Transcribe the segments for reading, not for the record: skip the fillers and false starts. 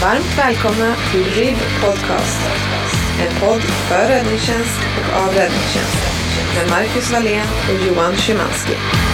Varmt välkomna till RIB Podcast. En podd för räddningstjänst och av räddningstjänst. Med Marcus Wallén och Johan Szymanski.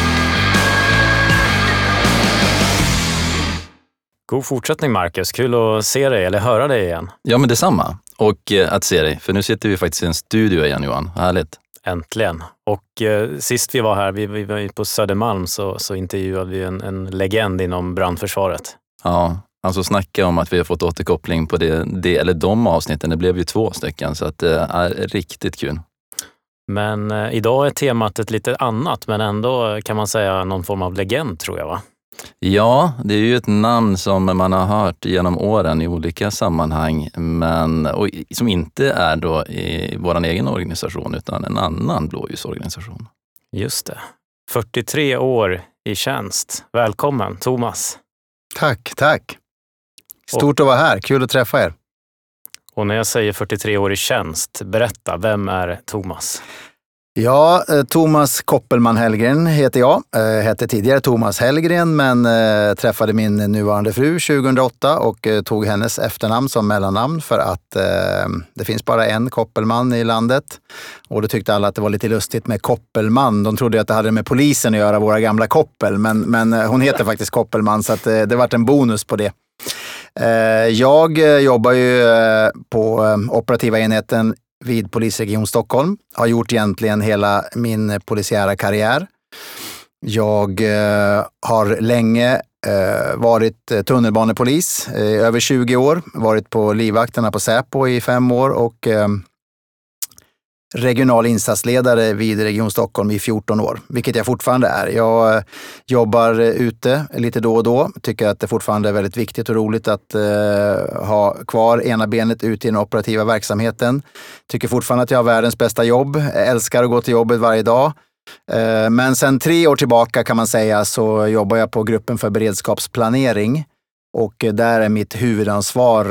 God fortsättning Marcus, kul att se dig eller höra dig igen. Ja men detsamma, och att se dig, för nu sitter vi faktiskt i en studio igen Johan, härligt. Äntligen, och sist vi var här, vi var ju på Södermalm så intervjuade vi en legend inom brandförsvaret. Ja, alltså snacka om att vi har fått återkoppling på det eller de avsnitten, det blev ju 2 stycken så att det är riktigt kul. Men idag är temat ett lite annat, men ändå kan man säga någon form av legend tror jag va? Ja, det är ju ett namn som man har hört genom åren i olika sammanhang, men och som inte är då i vår egen organisation utan en annan blåljusorganisation. Just det. 43 år i tjänst. Välkommen, Thomas. Tack. Stort att vara här, kul att träffa er. Och när jag säger 43 år i tjänst, berätta, vem är Thomas? Ja, Thomas Koppelman Hellgren heter jag. Hette tidigare Thomas Hellgren men träffade min nuvarande fru 2008 och tog hennes efternamn som mellannamn för att det finns bara en Koppelman i landet. Och då tyckte alla att det var lite lustigt med Koppelman. De trodde att det hade med polisen att göra, våra gamla Koppel. Men hon heter faktiskt Koppelman så att det varit en bonus på det. Jag jobbar ju på operativa enheten vid polisregion Stockholm. Har gjort egentligen hela min polisiära karriär. Jag har länge varit tunnelbanepolis i över 20 år. Varit på livvakterna på Säpo i 5 år och regional insatsledare vid Region Stockholm i 14 år, vilket jag fortfarande är. Jag jobbar ute lite då och då. Tycker att det fortfarande är väldigt viktigt och roligt att ha kvar ena benet ute i den operativa verksamheten. Tycker fortfarande att jag har världens bästa jobb. Älskar att gå till jobbet varje dag. Men sen 3 år tillbaka kan man säga så jobbar jag på gruppen för beredskapsplanering och där är mitt huvudansvar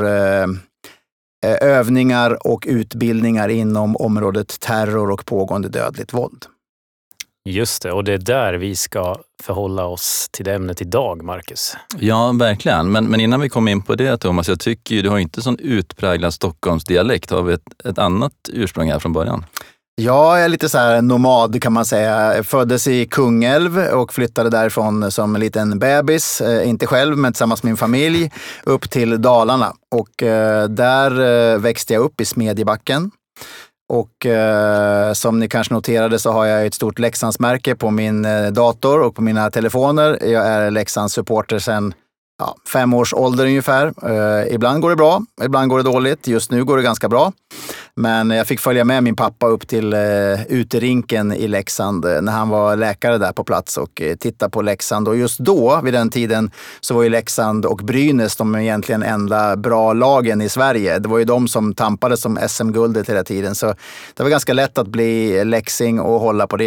övningar och utbildningar inom området terror och pågående dödligt våld. Just det, och det är där vi ska förhålla oss till det ämnet idag, Marcus. Ja, verkligen. Men innan vi kommer in på det, Thomas, jag tycker ju du har inte sån utpräglad Stockholmsdialekt. Har vi ett annat ursprung här från början? Ja, jag är lite så här nomad kan man säga. Jag föddes i Kungälv och flyttade därifrån som en liten bebis, inte själv men tillsammans med min familj, upp till Dalarna. Och där växte jag upp i Smedjebacken. Och som ni kanske noterade så har jag ett stort Leksandsmärke på min dator och på mina telefoner. Jag är Leksands supporter sedan 5 års ålder ungefär. Ibland går det bra, ibland går det dåligt. Just nu går det ganska bra. Men jag fick följa med min pappa upp till uterinken i Leksand när han var läkare där på plats och titta på Leksand. Och just då, vid den tiden, så var ju Leksand och Brynäs de egentligen enda bra lagen i Sverige. Det var ju de som tampade som SM-guldet hela tiden. Så det var ganska lätt att bli läxing och hålla på det.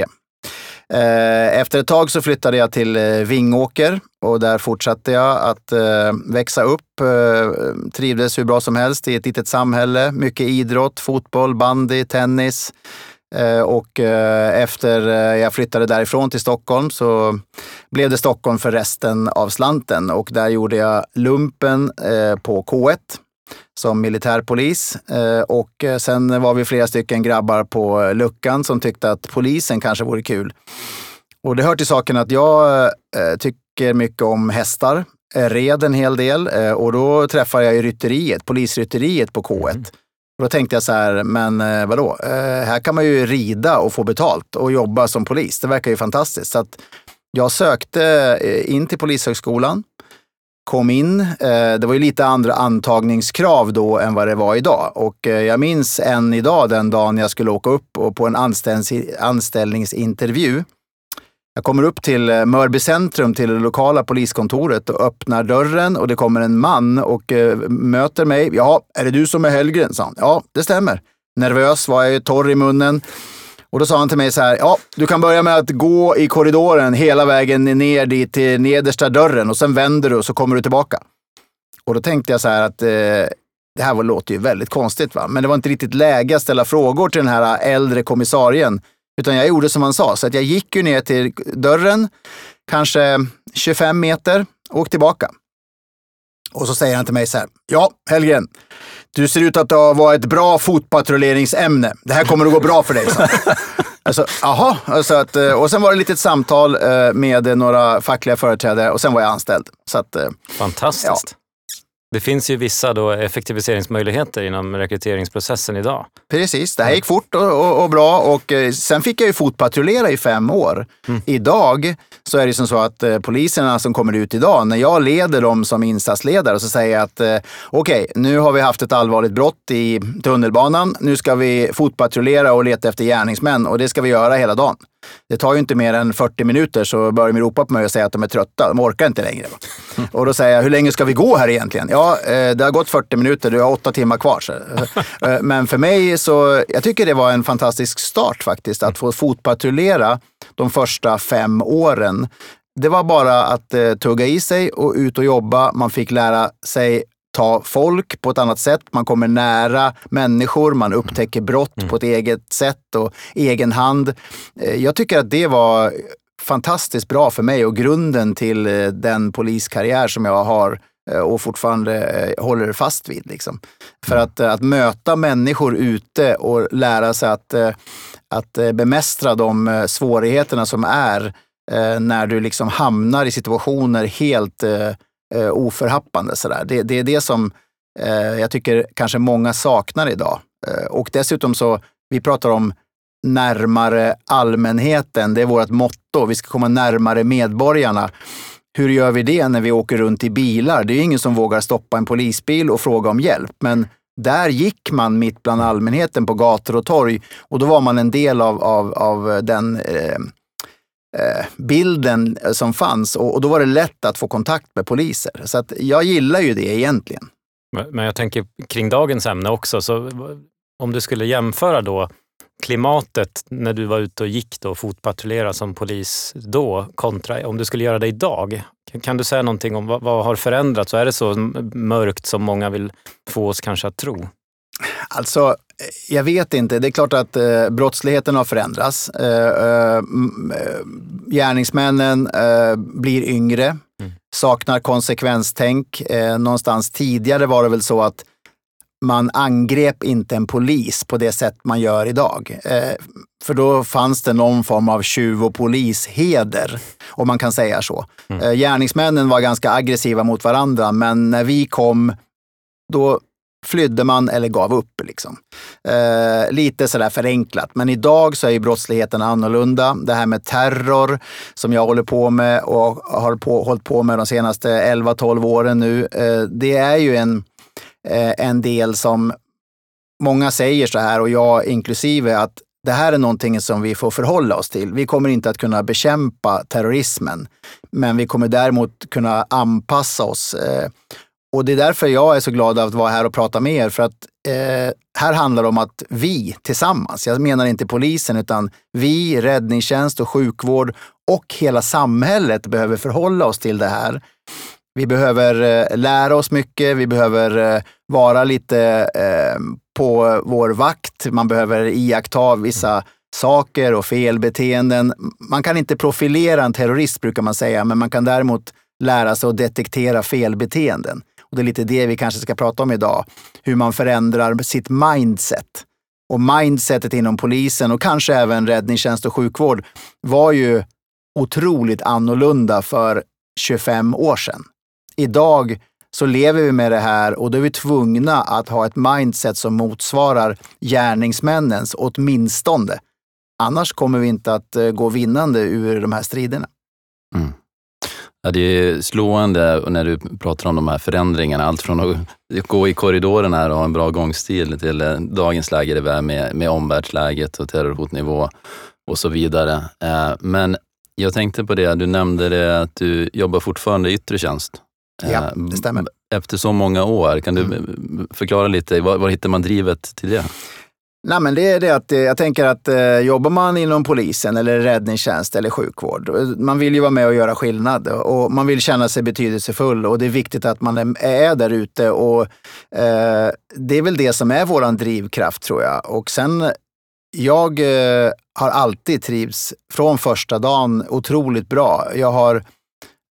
Efter ett tag så flyttade jag till Vingåker och där fortsatte jag att växa upp. Trivdes hur bra som helst i ett litet samhälle. Mycket idrott, fotboll, bandy, tennis. Och efter jag flyttade därifrån till Stockholm så blev det Stockholm för resten av slanten. Och där gjorde jag lumpen på K1 som militärpolis och sen var vi flera stycken grabbar på luckan som tyckte att polisen kanske vore kul. Och det hör till saken att jag tycker mycket om hästar, red en hel del och då träffade jag i rytteriet, polisrytteriet på K1. Och då tänkte jag så här, men vadå? Här kan man ju rida och få betalt och jobba som polis. Det verkar ju fantastiskt. Så att jag sökte in till Polishögskolan. Kom in. Det var ju lite andra antagningskrav då än vad det var idag. Och jag minns än idag den dagen jag skulle åka upp och på en anställningsintervju. Jag kommer upp till Mörby centrum till det lokala poliskontoret och öppnar dörren och det kommer en man och möter mig. Ja, är det du som är Hellgren? Sa han. Ja, det stämmer. Nervös var jag ju, torr i munnen. Och då sa han till mig så här, ja, du kan börja med att gå i korridoren hela vägen ner dit till nedersta dörren och sen vänder du och så kommer du tillbaka. Och då tänkte jag så här att det här låter ju väldigt konstigt va, men det var inte riktigt läge att ställa frågor till den här äldre kommissarien, utan jag gjorde som han sa. Så att jag gick ju ner till dörren, kanske 25 meter, och tillbaka. Och så säger han till mig så här: ja, Hellgren, du ser ut att vara ett bra fotpatrulleringsämne. Det här kommer att gå bra för dig. Alltså, aha. Alltså och sen var det lite ett samtal med några fackliga företrädare och sen var jag anställd. Så att, fantastiskt. Ja. Det finns ju vissa då effektiviseringsmöjligheter inom rekryteringsprocessen idag. Precis, det här gick fort och bra och sen fick jag ju fotpatrullera i 5 år. Idag så är det som så att poliserna som kommer ut idag, när jag leder dem som insatsledare så säger jag att okej, nu har vi haft ett allvarligt brott i tunnelbanan, nu ska vi fotpatrullera och leta efter gärningsmän och det ska vi göra hela dagen. Det tar ju inte mer än 40 minuter så börjar de ropa på mig och säga att de är trötta. De orkar inte längre. Och då säger jag, hur länge ska vi gå här egentligen? Ja, det har gått 40 minuter, du har 8 timmar kvar. Men för mig så, jag tycker det var en fantastisk start faktiskt. Att få fotpatrullera de första 5 åren. Det var bara att tugga i sig och ut och jobba. Man fick lära sig ta folk på ett annat sätt. Man kommer nära människor, man upptäcker brott på ett eget sätt och egen hand. Jag tycker att det var fantastiskt bra för mig och grunden till den poliskarriär som jag har och fortfarande håller fast vid. Liksom. För att möta människor ute och lära sig att bemästra de svårigheterna som är när du liksom hamnar i situationer helt oförhappande. Sådär. Det är det som jag tycker kanske många saknar idag. Och dessutom så, vi pratar om närmare allmänheten. Det är vårt motto. Vi ska komma närmare medborgarna. Hur gör vi det när vi åker runt i bilar? Det är ju ingen som vågar stoppa en polisbil och fråga om hjälp. Men där gick man mitt bland allmänheten på gator och torg. Och då var man en del av den bilden som fanns. Och då var det lätt att få kontakt med poliser. Så att jag gillar ju det egentligen. Men jag tänker kring dagens ämne också. Så om du skulle jämföra då klimatet när du var ute och gick då fotpatrullera som polis då kontra om du skulle göra det idag. Kan du säga någonting om vad har förändrats? Så är det så mörkt som många vill få oss kanske att tro? Alltså, jag vet inte. Det är klart att brottsligheten har förändrats. Gärningsmännen blir yngre, saknar konsekvenstänk. Någonstans tidigare var det väl så att man angrep inte en polis på det sätt man gör idag. För då fanns det någon form av tjuv- och polisheder, om man kan säga så. Gärningsmännen var ganska aggressiva mot varandra, men när vi kom, då flydde man eller gav upp. Liksom. Lite sådär förenklat. Men idag så är ju brottsligheten annorlunda. Det här med terror som jag håller på med och har hållit på med de senaste 11-12 åren nu. Det är ju en del som många säger så här och jag inklusive att det här är någonting som vi får förhålla oss till. Vi kommer inte att kunna bekämpa terrorismen, men vi kommer däremot kunna anpassa oss. Och det är därför jag är så glad att vara här och prata med er, för att här handlar det om att vi tillsammans, jag menar inte polisen utan vi, räddningstjänst och sjukvård och hela samhället behöver förhålla oss till det här. Vi behöver lära oss mycket, vi behöver vara lite på vår vakt, man behöver iaktta vissa saker och felbeteenden. Man kan inte profilera en terrorist brukar man säga, men man kan däremot lära sig att detektera felbeteenden. Och det är lite det vi kanske ska prata om idag, hur man förändrar sitt mindset. Och mindsetet inom polisen och kanske även räddningstjänst och sjukvård var ju otroligt annorlunda för 25 år sedan. Idag så lever vi med det här och då är vi tvungna att ha ett mindset som motsvarar gärningsmännens åtminstone. Annars kommer vi inte att gå vinnande ur de här striderna. Mm. Ja, det är slående när du pratar om de här förändringarna. Allt från att gå i korridorerna och ha en bra gångstil till dagens läge det är med omvärldsläget och terrorhotnivå och så vidare. Men jag tänkte på det, du nämnde det att du jobbar fortfarande i yttre tjänst. Ja, det stämmer. Efter så många år, kan du förklara lite, var hittar man drivet till det? Nej, men det är det att jag tänker att jobbar man inom polisen eller räddningstjänst eller sjukvård, man vill ju vara med och göra skillnad och man vill känna sig betydelsefull och det är viktigt att man är där ute och det är väl det som är våran drivkraft tror jag. Och sen, jag har alltid trivs från första dagen otroligt bra. Jag har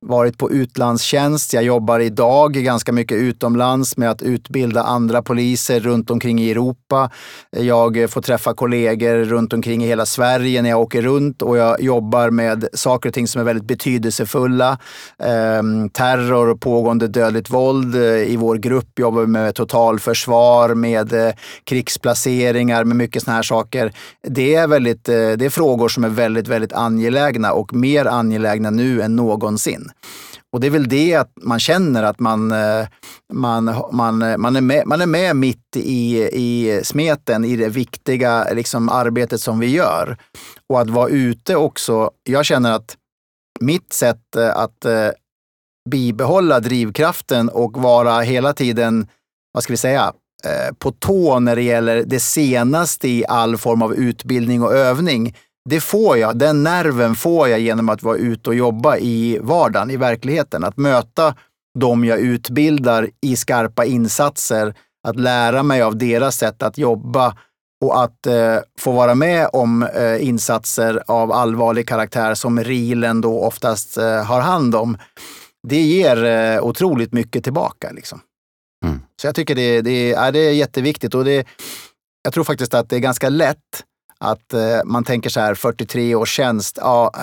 varit på utlandstjänst. Jag jobbar idag ganska mycket utomlands med att utbilda andra poliser runt omkring i Europa. Jag får träffa kollegor runt omkring i hela Sverige när jag åker runt och jag jobbar med saker och ting som är väldigt betydelsefulla. Terror och pågående dödligt våld. I vår grupp jobbar vi med totalförsvar, med krigsplaceringar, med mycket såna här saker. Det är frågor som är väldigt, väldigt angelägna och mer angelägna nu än någonsin. Och det är väl det att man känner att man är med mitt i smeten, i det viktiga liksom, arbetet som vi gör. Och att vara ute också, jag känner att mitt sätt att bibehålla drivkraften och vara hela tiden, vad ska vi säga, på tå när det gäller det senaste i all form av utbildning och övning. Den nerven får jag genom att vara ute och jobba i vardagen, i verkligheten. Att möta dem jag utbildar i skarpa insatser, att lära mig av deras sätt att jobba och att få vara med om insatser av allvarlig karaktär som RILen då oftast har hand om. Det ger otroligt mycket tillbaka liksom. Så jag tycker det är jätteviktigt och jag tror faktiskt att det är ganska lätt att man tänker så här 43 års tjänst.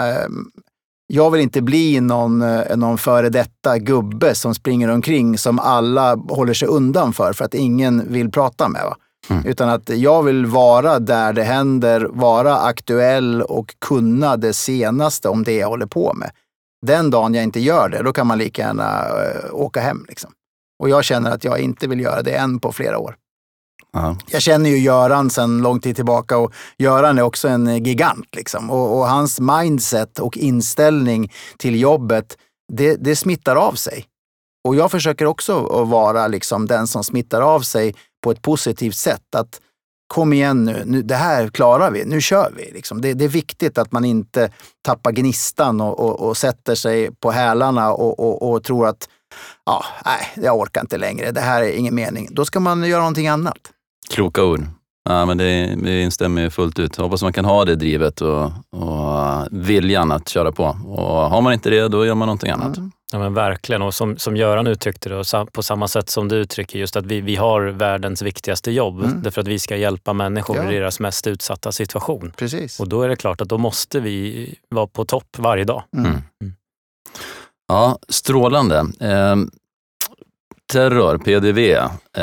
Jag vill inte bli någon före detta gubbe som springer omkring som alla håller sig undan för att ingen vill prata med. Va? Utan att jag vill vara där det händer, vara aktuell och kunna det senaste om det jag håller på med. Den dagen jag inte gör det, då kan man lika gärna åka hem liksom. Och jag känner att jag inte vill göra det än på flera år. Aha. Jag känner ju Göran sedan lång tid tillbaka och Göran är också en gigant liksom. Och hans mindset och inställning till jobbet, det smittar av sig. Och jag försöker också att vara liksom den som smittar av sig på ett positivt sätt. Att kom igen nu det här klarar vi, nu kör vi. Liksom. Det är viktigt att man inte tappar gnistan och sätter sig på hälarna och tror att jag orkar inte längre, det här är ingen mening. Då ska man göra någonting annat. Kloka ord. Ja, men det instämmer fullt ut. Hoppas man kan ha det drivet och viljan att köra på. Och har man inte det, då gör man någonting annat. Ja, men verkligen. Och som Göran uttryckte det, och på samma sätt som du uttrycker, just att vi har världens viktigaste jobb. Därför att vi ska hjälpa människor i deras mest utsatta situation. Precis. Och då är det klart att då måste vi vara på topp varje dag. Ja, strålande. Terror, PDV.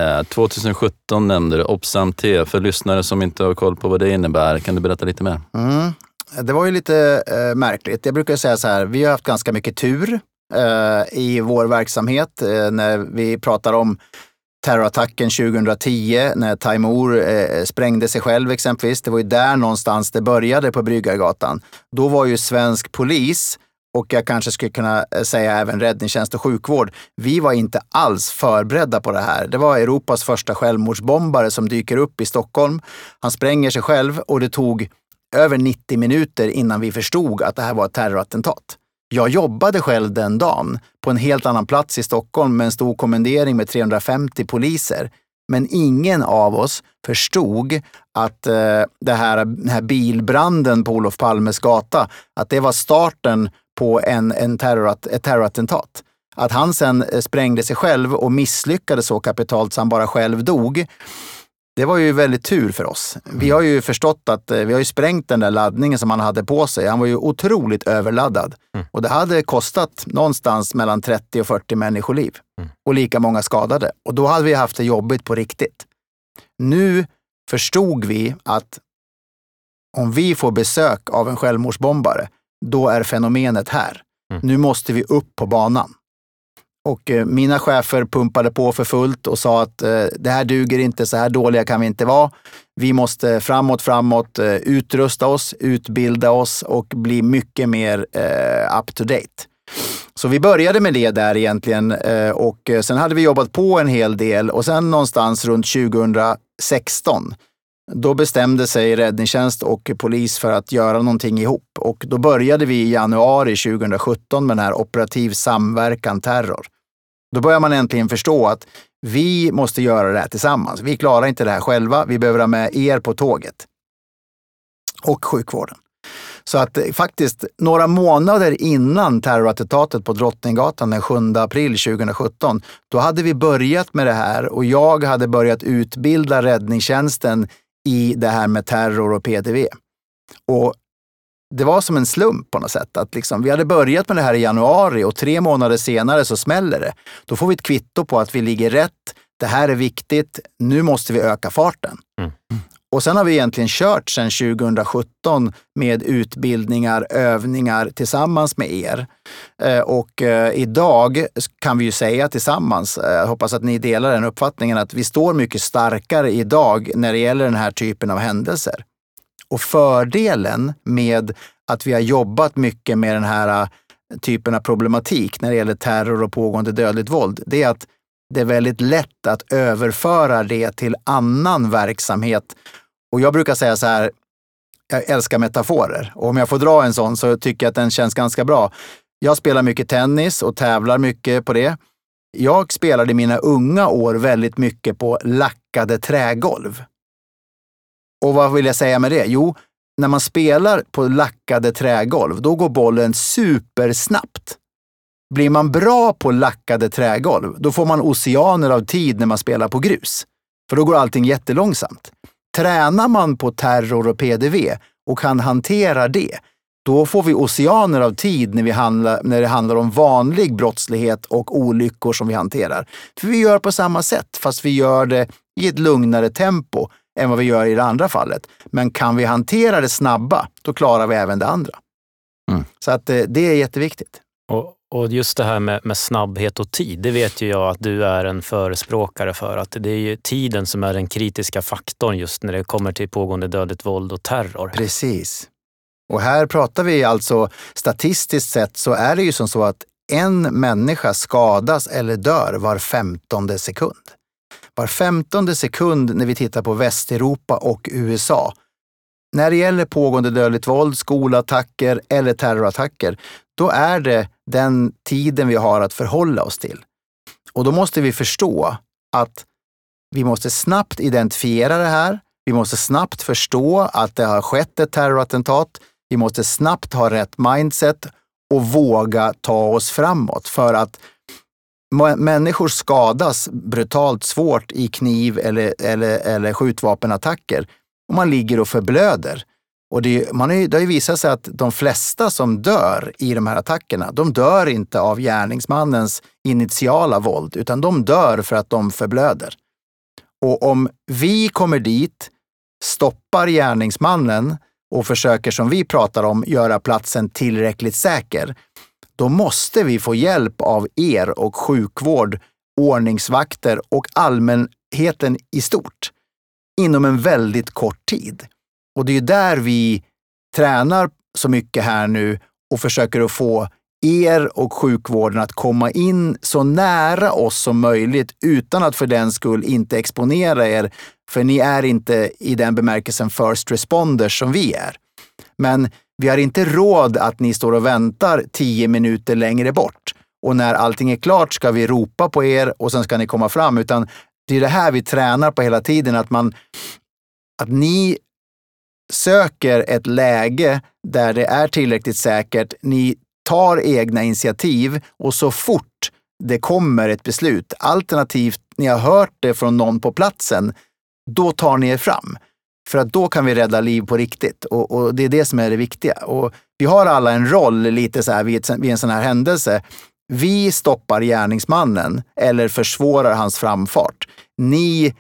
2017 nämnde du Opsam T. För lyssnare som inte har koll på vad det innebär, kan du berätta lite mer? Det var ju lite märkligt. Jag brukar säga så här, vi har haft ganska mycket tur i vår verksamhet när vi pratar om terrorattacken 2010 när Taimur sprängde sig själv exempelvis. Det var ju där någonstans det började på Bryggargatan. Då var ju svensk polis och jag kanske skulle kunna säga även räddningstjänst och sjukvård. Vi var inte alls förberedda på det här. Det var Europas första självmordsbombare som dyker upp i Stockholm. Han spränger sig själv och det tog över 90 minuter innan vi förstod att det här var ett terrorattentat. Jag jobbade själv den dagen på en helt annan plats i Stockholm med en stor kommendering med 350 poliser. Men ingen av oss förstod att den här bilbranden på Olof Palmes gata, att det var starten på ett terrorattentat. Att han sen sprängde sig själv och misslyckades så kapitalt så han bara själv dog. Det var ju väldigt tur för oss. Vi har ju förstått att vi har ju sprängt den där laddningen som han hade på sig. Han var ju otroligt överladdad. Och det hade kostat någonstans mellan 30 och 40 människoliv. Och lika många skadade. Och då hade vi haft det jobbigt på riktigt. Nu förstod vi att om vi får besök av en självmordsbombare, då är fenomenet här. Nu måste vi upp på banan. Och mina chefer pumpade på för fullt och sa att det här duger inte, så här dåliga kan vi inte vara. Vi måste framåt, utrusta oss, utbilda oss och bli mycket mer up to date. Så vi började med det där egentligen och sen hade vi jobbat på en hel del och sen någonstans runt 2016 då bestämde sig räddningstjänst och polis för att göra någonting ihop. Och då började vi i januari 2017 med den här operativ samverkan terror. Då börjar man äntligen förstå att vi måste göra det här tillsammans. Vi klarar inte det här själva. Vi behöver ha med er på tåget. Och sjukvården. Så att faktiskt några månader innan terrorattentatet på Drottninggatan den 7 april 2017, då hade vi börjat med det här och jag hade börjat utbilda räddningstjänsten i det här med terror och PDV. Och det var som en slump på något sätt att liksom, vi hade börjat med det här i januari och 3 månader senare så smäller det. Då får vi ett kvitto på att vi ligger rätt, det här är viktigt, nu måste vi öka farten. Och sen har vi egentligen kört sedan 2017 med utbildningar, övningar tillsammans med er. Och idag kan vi ju säga tillsammans, jag hoppas att ni delar den uppfattningen, att vi står mycket starkare idag när det gäller den här typen av händelser. Och fördelen med att vi har jobbat mycket med den här typen av problematik när det gäller terror och pågående dödligt våld, det är att det är väldigt lätt att överföra det till annan verksamhet. Och jag brukar säga så här, jag älskar metaforer. Och om jag får dra en sån så tycker jag att den känns ganska bra. Jag spelar mycket tennis och tävlar mycket på det. Jag spelade i mina unga år väldigt mycket på lackade trägolv. Och vad vill jag säga med det? Jo, när man spelar på lackade trägolv, då går bollen supersnabbt. Blir man bra på lackade trägolv, då får man oceaner av tid när man spelar på grus. För då går allting jättelångsamt. Tränar man på terror och PDV och kan hantera det, då får vi oceaner av tid när det handlar om vanlig brottslighet och olyckor som vi hanterar. För vi gör på samma sätt, fast vi gör det i ett lugnare tempo än vad vi gör i det andra fallet. Men kan vi hantera det snabba, då klarar vi även det andra. Så att det är jätteviktigt. Och just det här med snabbhet och tid, det vet ju jag att du är en förespråkare för. Att det är ju tiden som är den kritiska faktorn just när det kommer till pågående dödligt våld och terror. Precis. Och här pratar vi alltså, statistiskt sett så är det ju som så att en människa skadas eller dör var 15:e sekund. Var 15:e sekund när vi tittar på Västeuropa och USA. När det gäller pågående dödligt våld, skolattacker eller terrorattacker, då är det den tiden vi har att förhålla oss till. Och då måste vi förstå att vi måste snabbt identifiera det här. Vi måste snabbt förstå att det har skett ett terrorattentat. Vi måste snabbt ha rätt mindset och våga ta oss framåt. För att människor skadas brutalt svårt i kniv eller skjutvapenattacker. Och man ligger och förblöder. Och det har ju visat sig att de flesta som dör i de här attackerna, de dör inte av gärningsmannens initiala våld, utan de dör för att de förblöder. Och om vi kommer dit, stoppar gärningsmannen och försöker, som vi pratar om, göra platsen tillräckligt säker, då måste vi få hjälp av er och sjukvård, ordningsvakter och allmänheten i stort inom en väldigt kort tid. Och det är ju där vi tränar så mycket här nu och försöker att få er och sjukvården att komma in så nära oss som möjligt utan att för den skull inte exponera er, för ni är inte i den bemärkelsen first responders som vi är. Men vi har inte råd att ni står och väntar 10 minuter längre bort och när allting är klart ska vi ropa på er och sen ska ni komma fram, utan det är det här vi tränar på hela tiden, att ni söker ett läge där det är tillräckligt säkert, ni tar egna initiativ och så fort det kommer ett beslut, alternativt ni har hört det från någon på platsen, då tar ni er fram. För att då kan vi rädda liv på riktigt och det är det som är det viktiga. Och vi har alla en roll lite så här vid en sån här händelse. Vi stoppar gärningsmannen eller försvårar hans framfart. Ni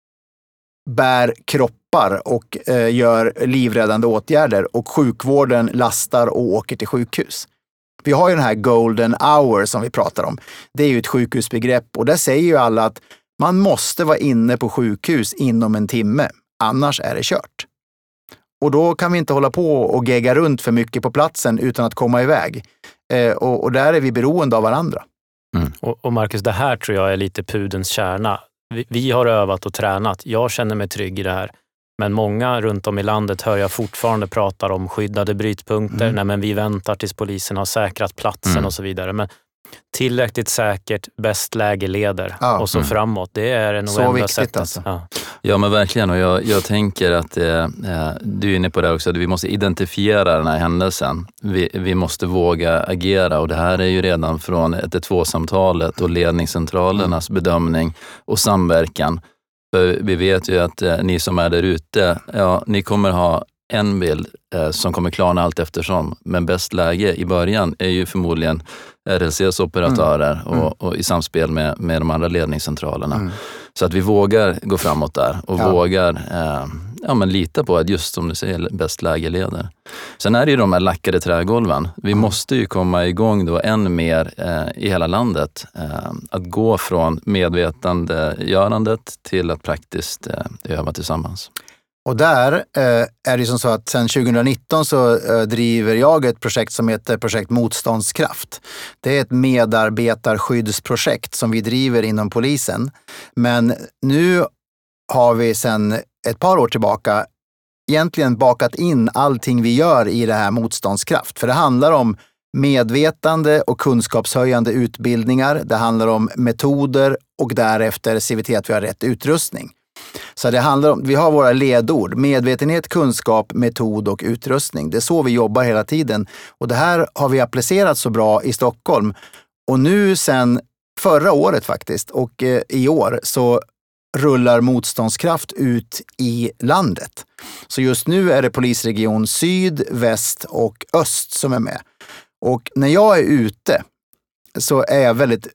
bär kroppar och gör livräddande åtgärder och sjukvården lastar och åker till sjukhus. Vi har ju den här golden hour som vi pratar om. Det är ju ett sjukhusbegrepp och där säger ju alla att man måste vara inne på sjukhus inom en timme, annars är det kört. Och då kan vi inte hålla på och gegga runt för mycket på platsen utan att komma iväg. Och där är vi beroende av varandra. Och Marcus, det här tror jag är lite pudelns kärna. Vi har övat och tränat. Jag känner mig trygg i det här. Men många runt om i landet hör jag fortfarande pratar om skyddade brytpunkter. Nej, men vi väntar tills polisen har säkrat platsen och så vidare. Men tillräckligt säkert, bäst läge leder och så framåt. Det är nog så enda viktigt sättet. alltså. Ja. Ja men verkligen, och jag tänker att du är inne på det också, att vi måste identifiera den här händelsen. Vi måste våga agera, och det här är ju redan från 112-samtalet och ledningscentralernas bedömning och samverkan. För vi vet ju att ni som är där ute, ni kommer ha en bild som kommer klarna allt eftersom, men bäst läge i början är ju förmodligen RLCs operatörer och i samspel med de andra ledningscentralerna. Så att vi vågar gå framåt där och vågar lita på att just som du säger, bäst läge leder. Sen är det ju de här lackade trägolven. Vi måste ju komma igång då än mer i hela landet. Att gå från medvetandegörandet till att praktiskt öva tillsammans. Och där är det som så att sedan 2019 så driver jag ett projekt som heter Projekt Motståndskraft. Det är ett medarbetarskyddsprojekt som vi driver inom polisen. Men nu har vi sedan ett par år tillbaka egentligen bakat in allting vi gör i det här Motståndskraft. För det handlar om medvetande och kunskapshöjande utbildningar. Det handlar om metoder och därefter ser vi till att vi har rätt utrustning. Så det handlar om, vi har våra ledord, medvetenhet, kunskap, metod och utrustning. Det är så vi jobbar hela tiden. Och det här har vi applicerat så bra i Stockholm. Och nu sen förra året faktiskt och i år så rullar Motståndskraft ut i landet. Så just nu är det polisregion syd, väst och öst som är med. Och när jag är ute så är jag väldigt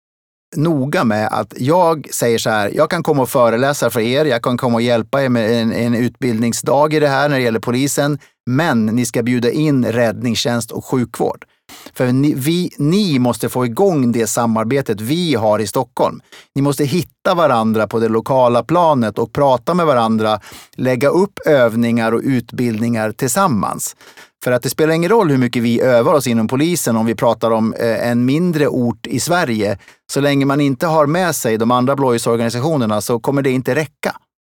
noga med att jag säger så här, jag kan komma och föreläsa för er, jag kan komma och hjälpa er med en utbildningsdag i det här när det gäller polisen, men ni ska bjuda in räddningstjänst och sjukvård. För ni måste få igång det samarbetet vi har i Stockholm. Ni måste hitta varandra på det lokala planet och prata med varandra, lägga upp övningar och utbildningar tillsammans. För att det spelar ingen roll hur mycket vi övar oss inom polisen om vi pratar om en mindre ort i Sverige. Så länge man inte har med sig de andra blåljusorganisationerna så kommer det inte räcka.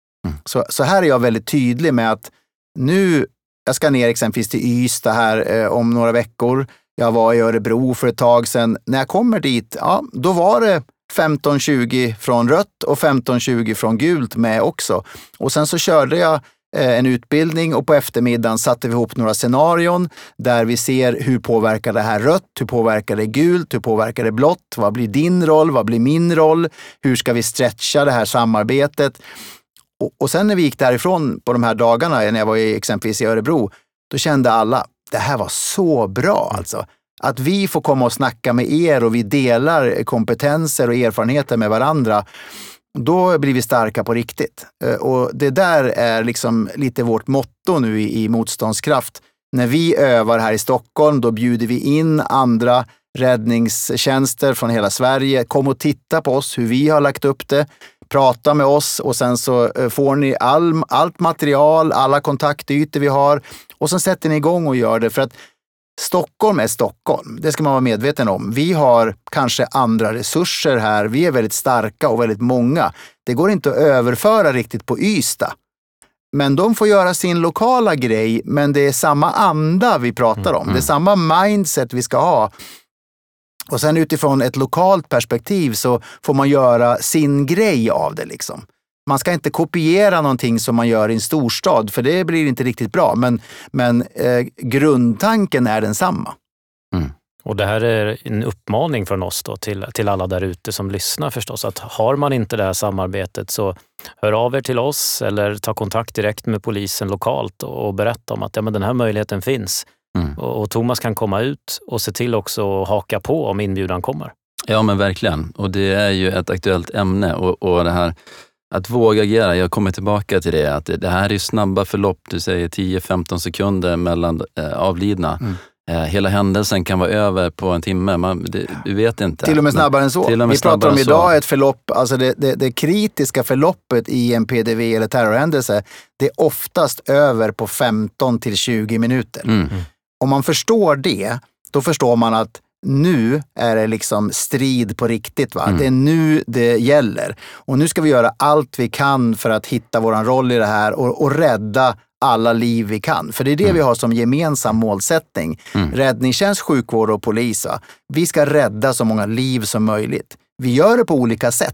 Så här är jag väldigt tydlig med att nu, jag ska ner exempelvis till Ystad här om några veckor. Jag var i Örebro för ett tag sedan. När jag kommer dit, då var det 15-20 från rött och 15-20 från gult med också. Och sen så körde jag en utbildning och på eftermiddagen satte vi ihop några scenarion där vi ser hur påverkar det här rött, hur påverkar det gult, hur påverkar det blått, vad blir din roll, vad blir min roll, hur ska vi stretcha det här samarbetet. Och sen när vi gick därifrån på de här dagarna när jag var exempelvis i Örebro, då kände alla, det här var så bra alltså. Att vi får komma och snacka med er och vi delar kompetenser och erfarenheter med varandra. Då blir vi starka på riktigt. Och det där är liksom lite vårt motto nu i Motståndskraft. När vi övar här i Stockholm, då bjuder vi in andra räddningstjänster från hela Sverige. Kom och titta på oss, hur vi har lagt upp det. Prata med oss och sen så får ni allt material, alla kontaktytor vi har. Och sen sätter ni igång och gör det. För att Stockholm är Stockholm, det ska man vara medveten om. Vi har kanske andra resurser här, vi är väldigt starka och väldigt många. Det går inte att överföra riktigt på Ystad. Men de får göra sin lokala grej, men det är samma anda vi pratar om. Det är samma mindset vi ska ha. Och sen utifrån ett lokalt perspektiv så får man göra sin grej av det liksom. Man ska inte kopiera någonting som man gör i en storstad, för det blir inte riktigt bra. Men grundtanken är densamma. Och det här är en uppmaning från oss då till alla där ute som lyssnar förstås. Att har man inte det här samarbetet så hör av er till oss eller ta kontakt direkt med polisen lokalt och berätta om att men den här möjligheten finns. Och Thomas kan komma ut och se till också att haka på om inbjudan kommer. Ja men verkligen. Och det är ju ett aktuellt ämne och det här att våga agera, jag kommer tillbaka till det, att det här är snabba förlopp, du säger 10-15 sekunder mellan avlidna. Hela händelsen kan vara över på en timme, du vet inte. Till och med snabbare än så. Vi pratar om idag ett förlopp, alltså det kritiska förloppet i en PDV eller terrorhändelse, det är oftast över på 15-20 minuter. Om man förstår det, då förstår man att nu är det liksom strid på riktigt. Va? Det är nu det gäller. Och nu ska vi göra allt vi kan för att hitta våran roll i det här och rädda alla liv vi kan. För det är det vi har som gemensam målsättning. Räddningstjänst, sjukvård och polis. Va? Vi ska rädda så många liv som möjligt. Vi gör det på olika sätt.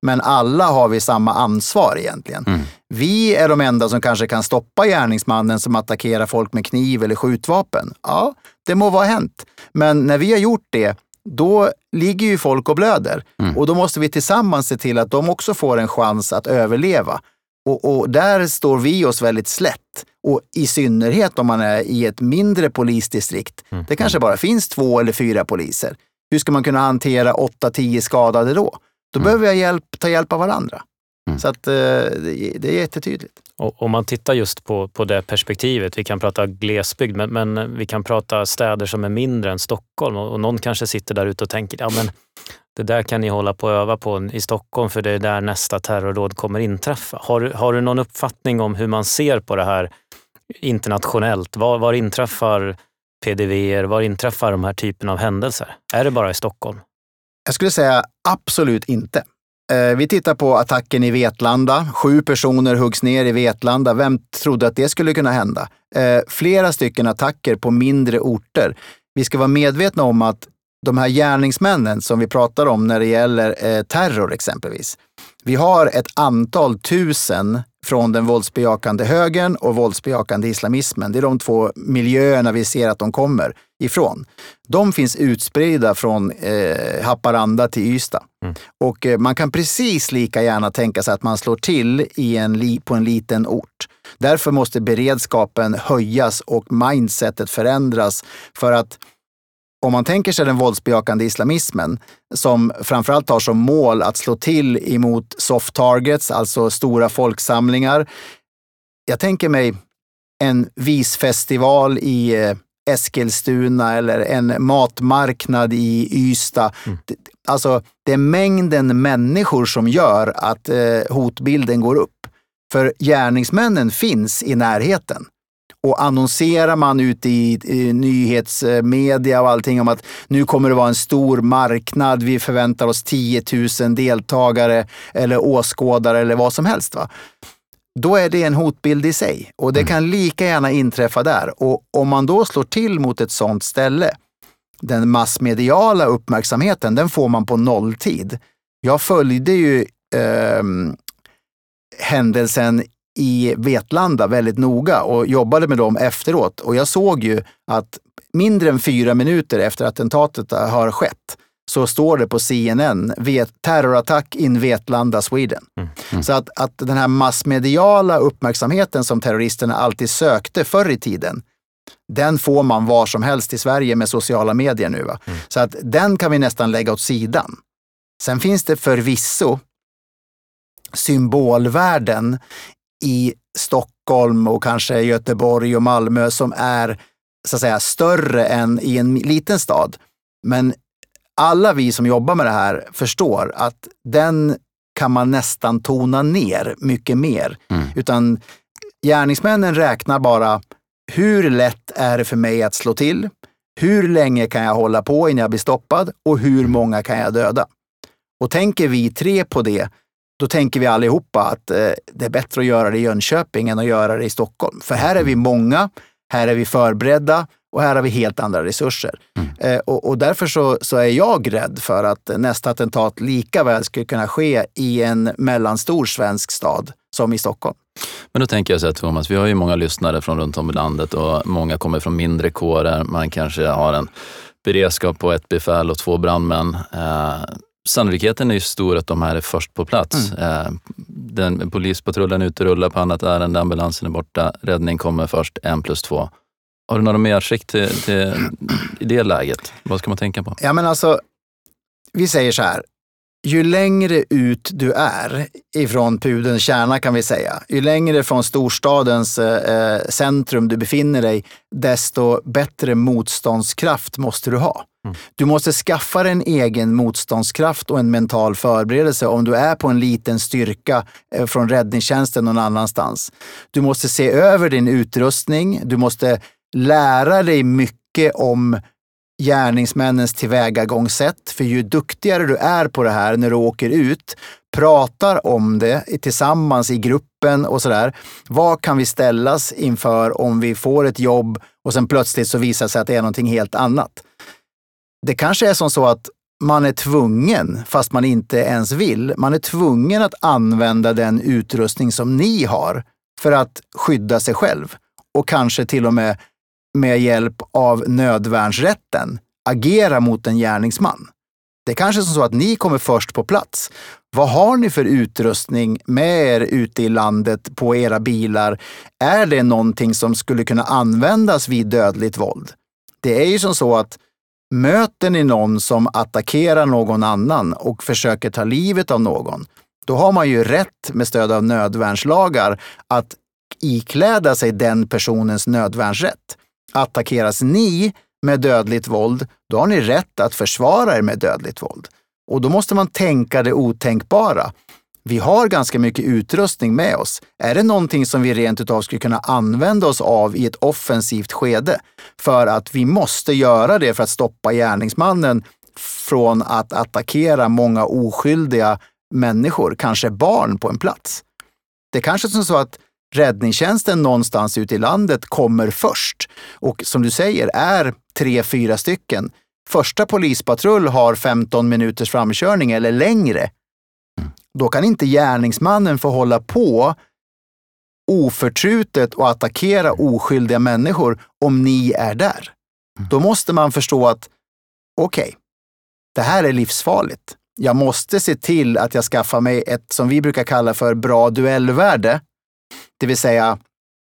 Men alla har vi samma ansvar egentligen. Vi är de enda som kanske kan stoppa gärningsmannen som attackerar folk med kniv eller skjutvapen. Ja, det må vara hänt. Men när vi har gjort det, då ligger ju folk och blöder. Och då måste vi tillsammans se till att de också får en chans att överleva. Och där står vi oss väldigt slätt. Och i synnerhet om man är i ett mindre polisdistrikt. Det kanske bara finns 2 eller 4 poliser. Hur ska man kunna hantera 8-10 skadade då? Då behöver jag ta hjälp av varandra. Så att det är jättetydligt. Och om man tittar just på det perspektivet, vi kan prata glesbygd, men vi kan prata städer som är mindre än Stockholm. Och någon kanske sitter där ute och tänker, ja men det där kan ni hålla på och öva på i Stockholm för det är där nästa terrordåd kommer inträffa. Har du någon uppfattning om hur man ser på det här internationellt? Var inträffar PDV-er? Var inträffar de här typen av händelser? Är det bara i Stockholm? Jag skulle säga absolut inte. Vi tittar på attacken i Vetlanda. 7 personer huggs ner i Vetlanda. Vem trodde att det skulle kunna hända? Flera stycken attacker på mindre orter. Vi ska vara medvetna om att de här gärningsmännen som vi pratar om när det gäller terror exempelvis. Vi har ett antal tusen från den våldsbejakande högern och våldsbejakande islamismen. Det är de 2 miljöerna vi ser att de kommer ifrån. De finns utspridda från Haparanda till Ystad. Och man kan precis lika gärna tänka sig att man slår till på en liten ort. Därför måste beredskapen höjas och mindsetet förändras för att om man tänker sig den våldsbejakande islamismen som framförallt har som mål att slå till emot soft targets, alltså stora folksamlingar. Jag tänker mig en visfestival i Eskilstuna eller en matmarknad i Ystad. Alltså det är mängden människor som gör att hotbilden går upp. För gärningsmännen finns i närheten. Och annonserar man ut i nyhetsmedia och allting om att nu kommer det vara en stor marknad, vi förväntar oss 10 000 deltagare eller åskådare eller vad som helst. Va? Då är det en hotbild i sig och det kan lika gärna inträffa där. Och om man då slår till mot ett sånt ställe, den massmediala uppmärksamheten, den får man på nolltid. Jag följde ju händelsen i Vetlanda väldigt noga och jobbade med dem efteråt. Och jag såg ju att mindre än 4 minuter efter attentatet har skett så står det på CNN terrorattack in Vetlanda, Sweden. Så att den här massmediala uppmärksamheten som terroristerna alltid sökte förr i tiden, den får man var som helst i Sverige med sociala medier nu. Va? Så att den kan vi nästan lägga åt sidan. Sen finns det förvisso symbolvärden i Stockholm och kanske Göteborg och Malmö som är så att säga större än i en liten stad. Men alla vi som jobbar med det här förstår att den kan man nästan tona ner mycket mer. Utan gärningsmännen räknar bara hur lätt är det för mig att slå till? Hur länge kan jag hålla på innan jag blir stoppad? Och hur många kan jag döda? Och tänker vi 3 på det, då tänker vi allihopa att det är bättre att göra det i Jönköping än att göra det i Stockholm. För här är vi många, här är vi förberedda och här har vi helt andra resurser. Och därför så är jag rädd för att nästa attentat lika väl skulle kunna ske i en mellanstor svensk stad som i Stockholm. Men då tänker jag så här, Thomas, vi har ju många lyssnare från runt om i landet och många kommer från mindre kårer. Man kanske har en beredskap på 1 befäl och 2 brandmän. Sannolikheten är ju stor att de här är först på plats. Den polispatrullen utrullar på annat ärende, ambulansen är borta, räddning kommer först, 1+2. Har du några medskick till i det läget? Vad ska man tänka på? Ja men alltså, vi säger så här. Ju längre ut du är ifrån pudelns kärna kan vi säga, ju längre från storstadens centrum du befinner dig, desto bättre motståndskraft måste du ha. Du måste skaffa dig en egen motståndskraft och en mental förberedelse om du är på en liten styrka från räddningstjänsten någon annanstans. Du måste se över din utrustning, du måste lära dig mycket om gärningsmännens tillvägagångssätt, för ju duktigare du är på det här när du åker ut, pratar om det tillsammans i gruppen och sådär. Vad kan vi ställas inför om vi får ett jobb och sen plötsligt så visar sig att det är någonting helt annat? Det kanske är som så att man är tvungen, fast man inte ens vill, man är tvungen att använda den utrustning som ni har för att skydda sig själv. Och kanske till och med hjälp av nödvärnsrätten agera mot en gärningsman. Det är kanske så att ni kommer först på plats. Vad har ni för utrustning med er ute i landet på era bilar? Är det någonting som skulle kunna användas vid dödligt våld? Det är ju som så att möter ni någon som attackerar någon annan och försöker ta livet av någon, då har man ju rätt med stöd av nödvärnslagar att ikläda sig den personens nödvärnsrätt. Attackeras ni med dödligt våld, då har ni rätt att försvara er med dödligt våld. Och då måste man tänka det otänkbara. Vi har ganska mycket utrustning med oss. Är det någonting som vi rent utav skulle kunna använda oss av i ett offensivt skede? För att vi måste göra det för att stoppa gärningsmannen från att attackera många oskyldiga människor, kanske barn på en plats. Det är kanske är så att räddningstjänsten någonstans ute i landet kommer först och som du säger är 3-4 stycken. Första polispatrull har 15 minuters framkörning eller längre. Då kan inte gärningsmannen få hålla på oförtrutet och attackera oskyldiga människor om ni är där. Då måste man förstå att okej, det här är livsfarligt. Jag måste se till att jag skaffar mig ett som vi brukar kalla för bra duellvärde. Det vill säga,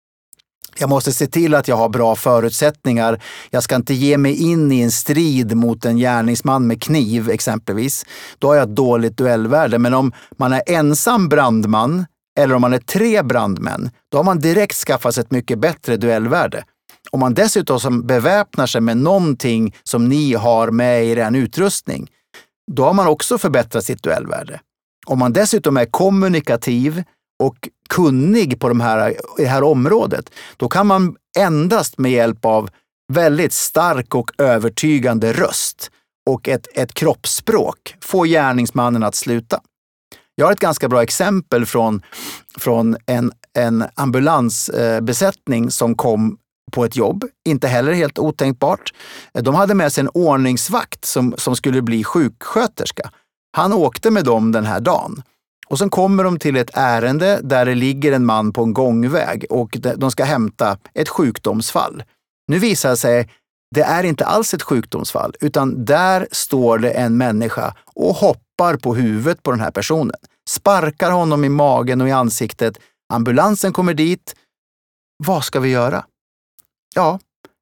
jag måste se till att jag har bra förutsättningar. Jag ska inte ge mig in i en strid mot en gärningsman med kniv exempelvis. Då har jag ett dåligt duellvärde. Men om man är ensam brandman eller om man är 3 brandmän, då har man direkt skaffat sig ett mycket bättre duellvärde. Om man dessutom beväpnar sig med någonting som ni har med i er utrustning, då har man också förbättrat sitt duellvärde. Om man dessutom är kommunikativ och kunnig på det här området, då kan man endast med hjälp av väldigt stark och övertygande röst och ett kroppsspråk få gärningsmannen att sluta. Jag har ett ganska bra exempel från en ambulansbesättning som kom på ett jobb, inte heller helt otänkbart. De hade med sig en ordningsvakt som skulle bli sjuksköterska. Han åkte med dem den här dagen. Och sen kommer de till ett ärende där det ligger en man på en gångväg och de ska hämta ett sjukdomsfall. Nu visar det sig, det är inte alls ett sjukdomsfall utan där står det en människa och hoppar på huvudet på den här personen. Sparkar honom i magen och i ansiktet. Ambulansen kommer dit. Vad ska vi göra? Ja,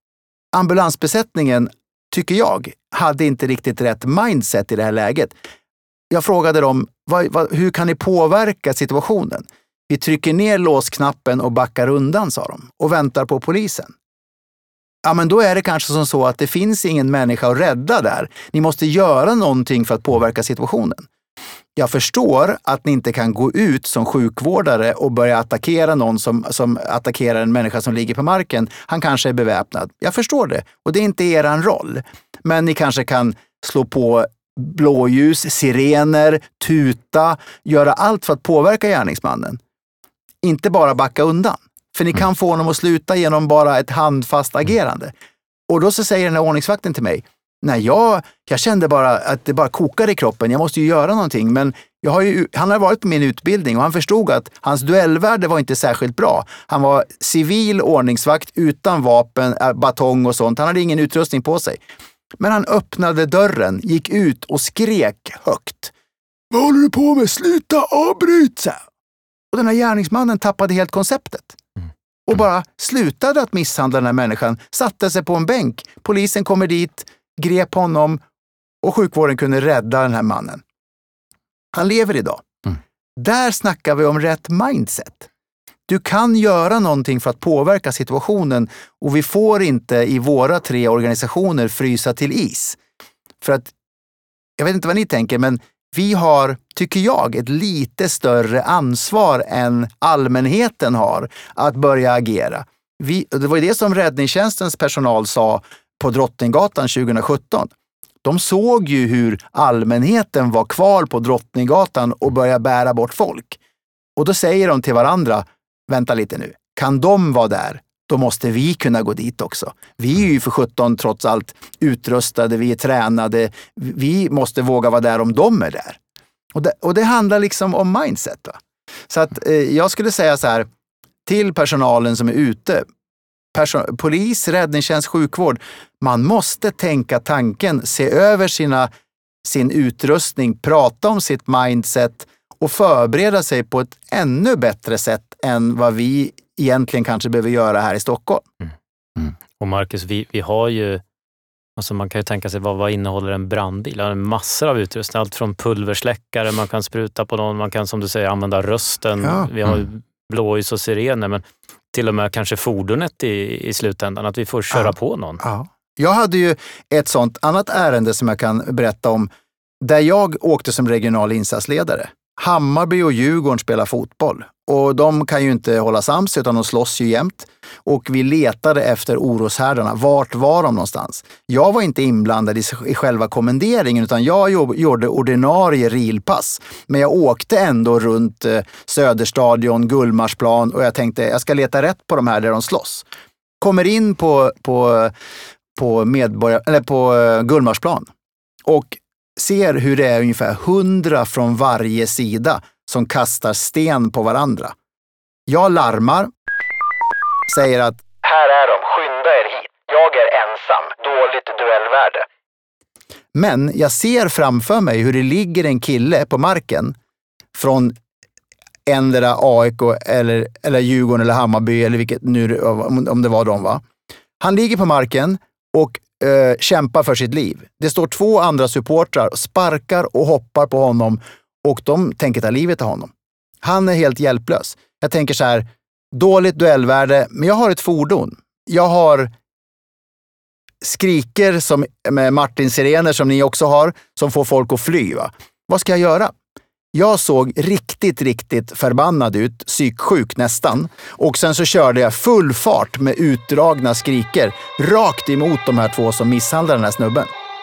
ambulansbesättningen, tycker jag, hade inte riktigt rätt mindset i det här läget. Jag frågade dem, hur kan ni påverka situationen? Vi trycker ner låsknappen och backar undan, sa de, och väntar på polisen. Ja, men då är det kanske som så att det finns ingen människa att rädda där. Ni måste göra någonting för att påverka situationen. Jag förstår att ni inte kan gå ut som sjukvårdare och börja attackera någon som attackerar en människa som ligger på marken. Han kanske är beväpnad. Jag förstår det. Och det är inte eran roll. Men ni kanske kan slå på blåljus, sirener, tuta, göra allt för att påverka gärningsmannen. Inte bara backa undan. För ni kan få honom att sluta genom bara ett handfast agerande. Och då så säger den här ordningsvakten till mig, nej, jag kände bara att det bara kokade i kroppen. Jag måste ju göra någonting. Men han har varit på min utbildning och han förstod att hans duellvärde var inte särskilt bra. Han var civil ordningsvakt utan vapen, batong och sånt. Han hade ingen utrustning på sig. Men han öppnade dörren, gick ut och skrek högt. Vad håller du på med? Sluta avbryta! Och den här gärningsmannen tappade helt konceptet. Och bara slutade att misshandla den här människan. Satte sig på en bänk. Polisen kommer dit, grep honom och sjukvården kunde rädda den här mannen. Han lever idag. Där snackar vi om rätt mindset. Du kan göra någonting för att påverka situationen och vi får inte i våra 3 organisationer frysa till is. För att, jag vet inte vad ni tänker, men vi har, tycker jag, ett lite större ansvar än allmänheten har att börja agera. Det var ju det som räddningstjänstens personal sa på Drottninggatan 2017. De såg ju hur allmänheten var kvar på Drottninggatan och började bära bort folk. Och då säger de till varandra, vänta lite nu, kan de vara där? då måste vi kunna gå dit också. Vi är ju för 17 trots allt utrustade, vi är tränade. Vi måste våga vara där om de är där. Och det handlar liksom om mindset. Va? Så att jag skulle säga så här till personalen som är ute, polis, räddningstjänst, sjukvård, man måste tänka tanken, se över sin utrustning, prata om sitt mindset och förbereda sig på ett ännu bättre sätt än vad vi egentligen kanske behöver göra här i Stockholm. Och Marcus, vi har ju, alltså man kan ju tänka sig vad innehåller en brandbil? Ja, massor av utrustning, allt från pulversläckare, man kan spruta på någon, man kan som du säger använda rösten, vi har ju blåljus och sirener, men till och med kanske fordonet i slutändan, att vi får köra på någon. Ja. Jag hade ju ett sånt annat ärende som jag kan berätta om, där jag åkte som regional insatsledare. Hammarby och Djurgården spelar fotboll och de kan ju inte hålla sams utan de slåss ju jämt. Och vi letade efter oroshärdarna. Vart var de någonstans? Jag var inte inblandad i själva kommenderingen utan jag gjorde ordinarie rilpass. Men jag åkte ändå runt Söderstadion, Gullmarsplan och jag tänkte jag ska leta rätt på de här där de slåss. Kommer in på Gullmarsplan och ser hur det är ungefär 100 från varje sida som kastar sten på varandra. Jag larmar, säger att här är de, skynda er hit. Jag är ensam, dåligt duellvärde. Men jag ser framför mig hur det ligger en kille på marken från ändra AIK eller Djurgården eller Hammarby eller vilket nu om det var de va. Han ligger på marken och kämpar för sitt liv. Det står 2 andra supportrar och sparkar och hoppar på honom och de tänker ta livet av honom. Han är helt hjälplös. Jag tänker så här, dåligt duellvärde, men jag har ett fordon. Jag har skriker som med Martin-sirener som ni också har, som får folk att fly. Va? Vad ska jag göra? Jag såg riktigt förbannad ut, psyksjuk nästan. Och sen så körde jag full fart med utdragna skriker rakt emot de här 2 som misshandlar den här snubben.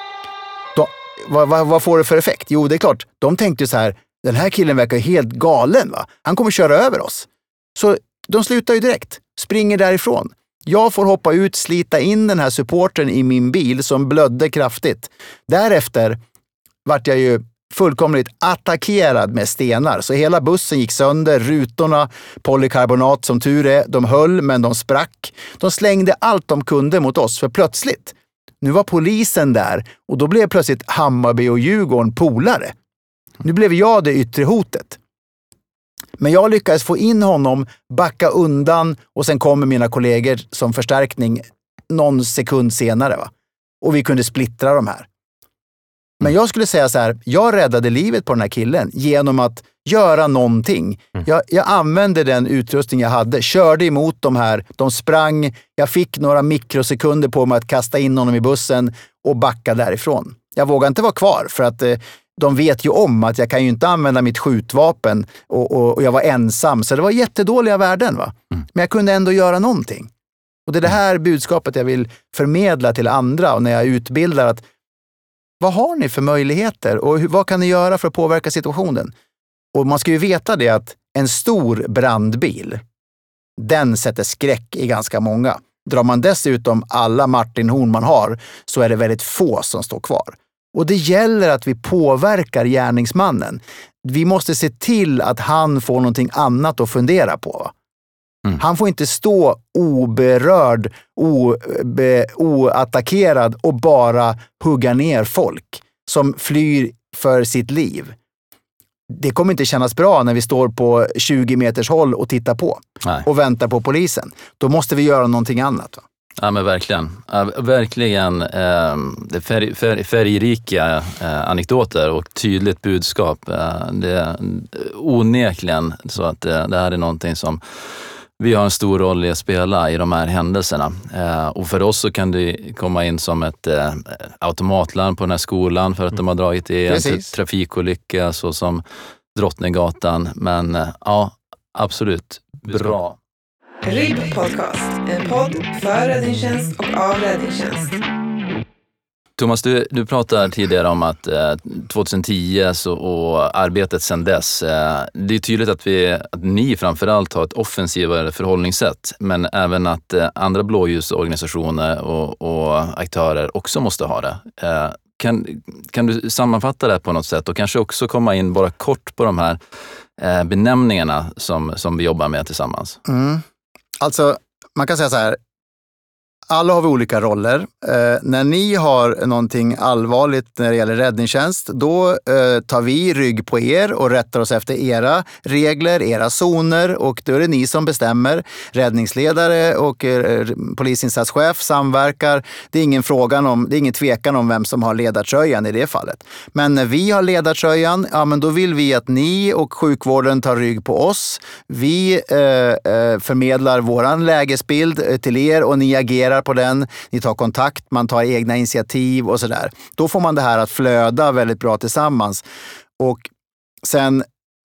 Vad får det för effekt? Jo, det är klart. De tänkte så här, den här killen verkar helt galen va? Han kommer köra över oss. Så de slutar ju direkt, springer därifrån. Jag får hoppa ut, slita in den här supporten i min bil som blödde kraftigt. Därefter vart jag ju fullkomligt attackerad med stenar. Så hela bussen gick sönder, rutorna, polykarbonat som tur är, de höll men de sprack. De slängde allt de kunde mot oss för plötsligt. Nu var polisen där och då blev plötsligt Hammarby och Djurgården polare. Nu blev jag det yttre hotet. Men jag lyckades få in honom, backa undan och sen kommer mina kollegor som förstärkning någon sekund senare. Va? Och vi kunde splittra de här. Men jag skulle säga så här, jag räddade livet på den här killen genom att göra någonting. Jag använde den utrustning jag hade, körde emot de här, de sprang, jag fick några mikrosekunder på mig att kasta in honom i bussen och backa därifrån. Jag vågade inte vara kvar för att de vet ju om att jag kan ju inte använda mitt skjutvapen och jag var ensam. Så det var jättedåliga värden va. Men jag kunde ändå göra någonting. Och det är det här budskapet jag vill förmedla till andra och när jag utbildar att vad har ni för möjligheter och vad kan ni göra för att påverka situationen? Och man ska ju veta det att en stor brandbil, den sätter skräck i ganska många. Drar man dessutom alla Martin-horn man har så är det väldigt få som står kvar. Och det gäller att vi påverkar gärningsmannen. Vi måste se till att han får någonting annat att fundera på. Han får inte stå oberörd, oattackerad och bara hugga ner folk som flyr för sitt liv. Det kommer inte kännas bra när vi står på 20 meters håll och tittar på. Nej. Och väntar på polisen. Då måste vi göra någonting annat. Va? Ja men verkligen. Verkligen färgrika anekdoter och tydligt budskap. Det är onekligen så att det här är någonting som vi har en stor roll i att spela i de här händelserna. Och för oss så kan det komma in som ett automatlarm på den här skolan för att de har dragit i en trafikolycka så som Drottninggatan. Men ja, absolut. Bra. RIB Podcast, en podd för räddningstjänst och av räddningstjänst. Thomas, du pratade tidigare om att 2010 och arbetet sedan dess, det är tydligt att ni framförallt har ett offensivare förhållningssätt, men även att andra blåljusorganisationer och aktörer också måste ha det. Kan du sammanfatta det på något sätt och kanske också komma in bara kort på de här benämningarna som vi jobbar med tillsammans? Alltså, man kan säga så här. Alla har vi olika roller. När ni har någonting allvarligt när det gäller räddningstjänst, då tar vi rygg på er och rättar oss efter era regler, era zoner, och då är det ni som bestämmer. Räddningsledare och polisinsatschef samverkar. Det är ingen tvekan om vem som har ledartröjan i det fallet. Men när vi har ledartröjan, ja, men då vill vi att ni och sjukvården tar rygg på oss. Vi förmedlar våran lägesbild till er och ni agerar på den, ni tar kontakt, man tar egna initiativ och sådär. Då får man det här att flöda väldigt bra tillsammans. Och sen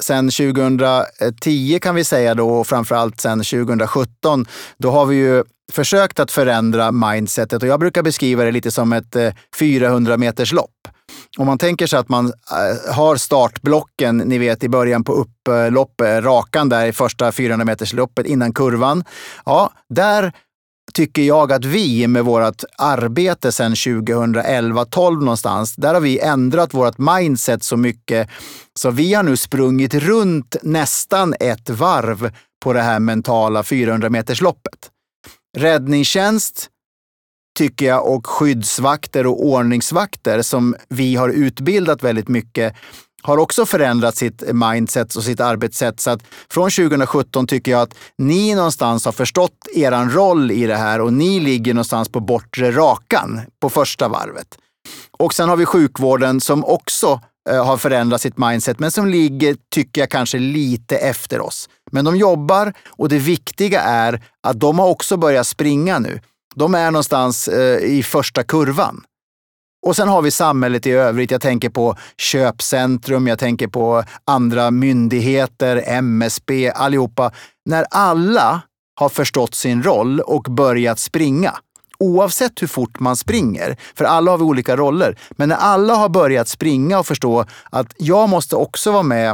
2010 kan vi säga då, och framförallt sen 2017, då har vi ju försökt att förändra mindsetet, och jag brukar beskriva det lite som ett 400 meters lopp. Om man tänker sig att man har startblocken, ni vet, i början på upplopp, rakan där i första 400 meters loppet innan kurvan. Ja, där tycker jag att vi med vårt arbete sedan 2011-12 någonstans, där har vi ändrat vårt mindset så mycket så vi har nu sprungit runt nästan ett varv på det här mentala 400 meters loppet. Räddningstjänst tycker jag, och skyddsvakter och ordningsvakter som vi har utbildat väldigt mycket, har också förändrat sitt mindset och sitt arbetssätt. Så att från 2017 tycker jag att ni någonstans har förstått eran roll i det här, och ni ligger någonstans på bortre rakan på första varvet. Och sen har vi sjukvården som också har förändrat sitt mindset, men som ligger, tycker jag, kanske lite efter oss. Men de jobbar, och det viktiga är att de har också börjat springa nu. De är någonstans i första kurvan. Och sen har vi samhället i övrigt. Jag tänker på köpcentrum, jag tänker på andra myndigheter, MSB, allihopa. När alla har förstått sin roll och börjat springa, oavsett hur fort man springer, för alla har vi olika roller, men när alla har börjat springa och förstå att jag måste också vara med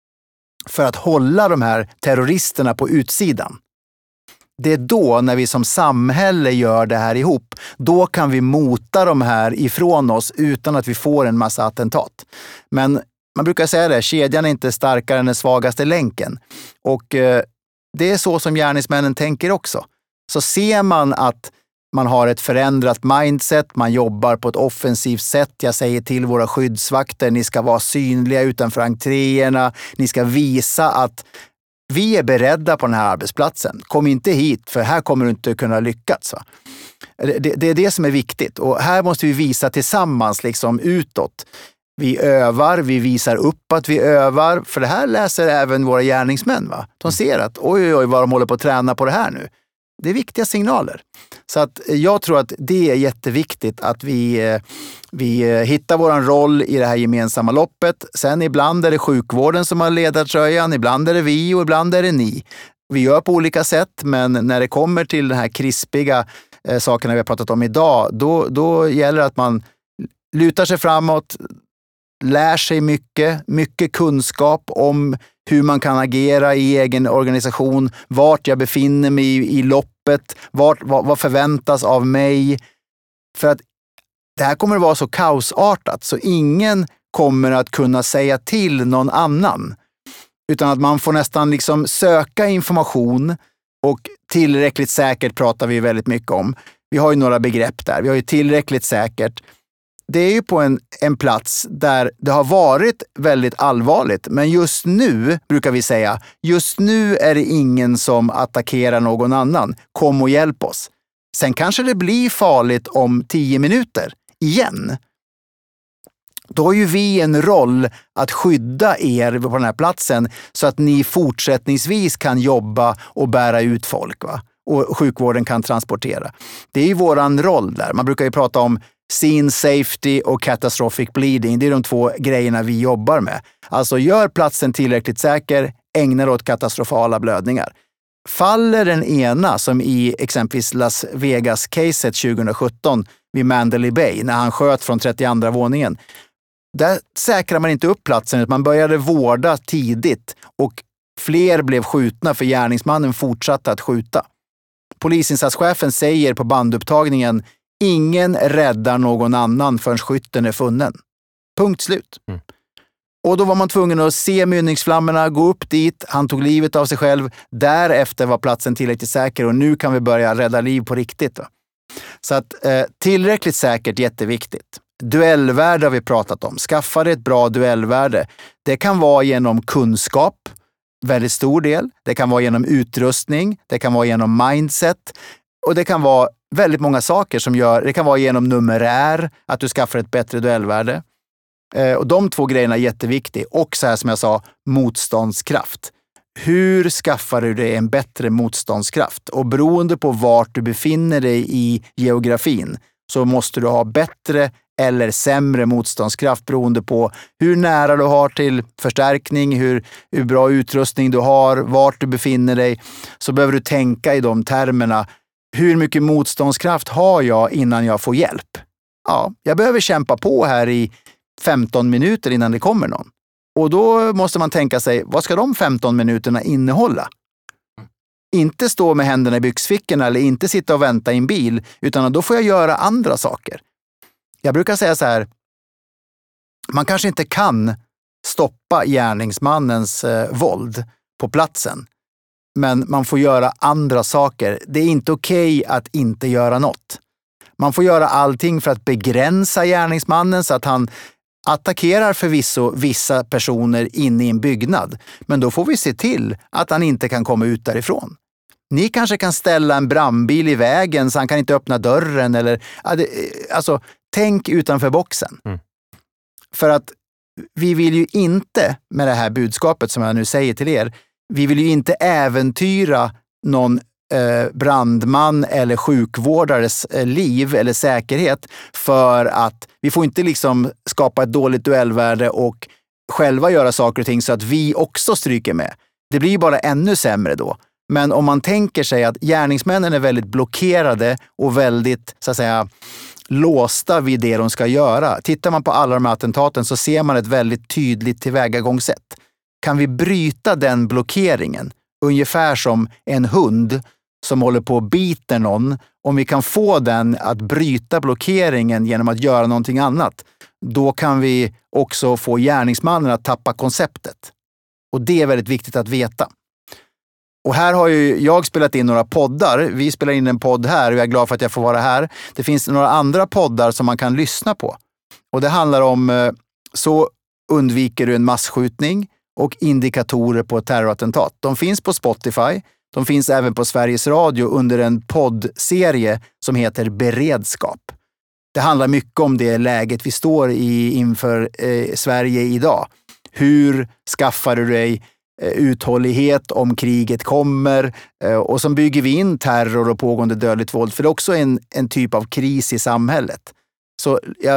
för att hålla de här terroristerna på utsidan. Det är då, när vi som samhälle gör det här ihop, då kan vi mota de här ifrån oss utan att vi får en massa attentat. Men man brukar säga det, kedjan är inte starkare än den svagaste länken. Och det är så som gärningsmännen tänker också. Så ser man att man har ett förändrat mindset, man jobbar på ett offensivt sätt. Jag säger till våra skyddsvakter, ni ska vara synliga utanför entréerna, ni ska visa att vi är beredda på den här arbetsplatsen. Kom inte hit, för här kommer du inte kunna lyckas. Va? Det är det som är viktigt. Och här måste vi visa tillsammans liksom utåt. Vi övar, vi visar upp att vi övar. För det här läser även våra gärningsmän. Va? De ser att oj, vad de håller på att träna på det här nu. Det är viktiga signaler. Så att jag tror att det är jätteviktigt att vi hittar våran roll i det här gemensamma loppet. Sen ibland är det sjukvården som har ledartröjan, ibland är det vi och ibland är det ni. Vi gör på olika sätt, men när det kommer till den här krispiga sakerna vi har pratat om idag, då gäller det att man lutar sig framåt, lär sig mycket kunskap om hur man kan agera i egen organisation, vart jag befinner mig i loppet, vad förväntas av mig. För att det här kommer att vara så kaosartat så ingen kommer att kunna säga till någon annan. Utan att man får nästan liksom söka information, och tillräckligt säkert pratar vi väldigt mycket om. Vi har ju några begrepp där. Vi har ju tillräckligt säkert. Det är ju på en plats där det har varit väldigt allvarligt. Men just nu, brukar vi säga, just nu är det ingen som attackerar någon annan. Kom och hjälp oss. Sen kanske det blir farligt om 10 minuter igen. Då har ju vi en roll att skydda er på den här platsen så att ni fortsättningsvis kan jobba och bära ut folk, va? Och sjukvården kan transportera. Det är ju våran roll där. Man brukar ju prata om scene safety och catastrophic bleeding. Det är de 2 grejerna vi jobbar med. Alltså gör platsen tillräckligt säker, ägna åt katastrofala blödningar. Faller den ena, som i exempelvis Las Vegas-caset 2017, vid Mandalay Bay när han sköt från 32:a våningen. Där säkrar man inte upp platsen, utan man började vårda tidigt och fler blev skjutna för gärningsmannen fortsatte att skjuta. Polisinsatschefen säger på bandupptagningen: ingen räddar någon annan förrän skytten är funnen. Punkt slut. Och då var man tvungen att se mynningsflammorna, gå upp dit. Han tog livet av sig själv. Därefter var platsen tillräckligt säker och nu kan vi börja rädda liv på riktigt. Va? Så att tillräckligt säkert, jätteviktigt. Duellvärde har vi pratat om. Skaffa dig ett bra duellvärde. Det kan vara genom kunskap, väldigt stor del. Det kan vara genom utrustning. Det kan vara genom mindset. Och det kan vara väldigt många saker som gör, det kan vara genom numerär, att du skaffar ett bättre duellvärde. Och de två grejerna är jätteviktiga. Och så här som jag sa, motståndskraft. Hur skaffar du dig en bättre motståndskraft? Och beroende på vart du befinner dig i geografin så måste du ha bättre eller sämre motståndskraft beroende på hur nära du har till förstärkning, hur bra utrustning du har, vart du befinner dig. Så behöver du tänka i de termerna. Hur mycket motståndskraft har jag innan jag får hjälp? Ja, jag behöver kämpa på här i 15 minuter innan det kommer någon. Och då måste man tänka sig, vad ska de 15 minuterna innehålla? Inte stå med händerna i byxfickorna eller inte sitta och vänta i en bil, utan då får jag göra andra saker. Jag brukar säga så här, man kanske inte kan stoppa gärningsmannens våld på platsen, men man får göra andra saker. Det är inte okej att inte göra något. Man får göra allting för att begränsa gärningsmannen så att han attackerar förvisso vissa personer inne i en byggnad. Men då får vi se till att han inte kan komma ut därifrån. Ni kanske kan ställa en brandbil i vägen så han kan inte öppna dörren. Eller, alltså, tänk utanför boxen. För att vi vill ju inte, med det här budskapet som jag nu säger till er, vi vill ju inte äventyra någon brandman eller sjukvårdares liv eller säkerhet, för att vi får inte liksom skapa ett dåligt duellvärde och själva göra saker och ting så att vi också stryker med. Det blir bara ännu sämre då. Men om man tänker sig att gärningsmännen är väldigt blockerade och väldigt, så att säga, låsta vid det de ska göra. Tittar man på alla de här attentaten så ser man ett väldigt tydligt tillvägagångssätt. Kan vi bryta den blockeringen? Ungefär som en hund som håller på och biter någon. Om vi kan få den att bryta blockeringen genom att göra någonting annat, då kan vi också få gärningsmannen att tappa konceptet. Och det är väldigt viktigt att veta. Och här har ju jag spelat in några poddar. Vi spelar in en podd här och jag är glad för att jag får vara här. Det finns några andra poddar som man kan lyssna på. Och det handlar om så undviker du en masskjutning och indikatorer på ett terrorattentat. De finns på Spotify. De finns även på Sveriges Radio under en poddserie som heter Beredskap. Det handlar mycket om det läget vi står i inför Sverige idag. Hur skaffar du dig uthållighet om kriget kommer, och som bygger vi in terror och pågående dödligt våld, för det är också en typ av kris i samhället. Så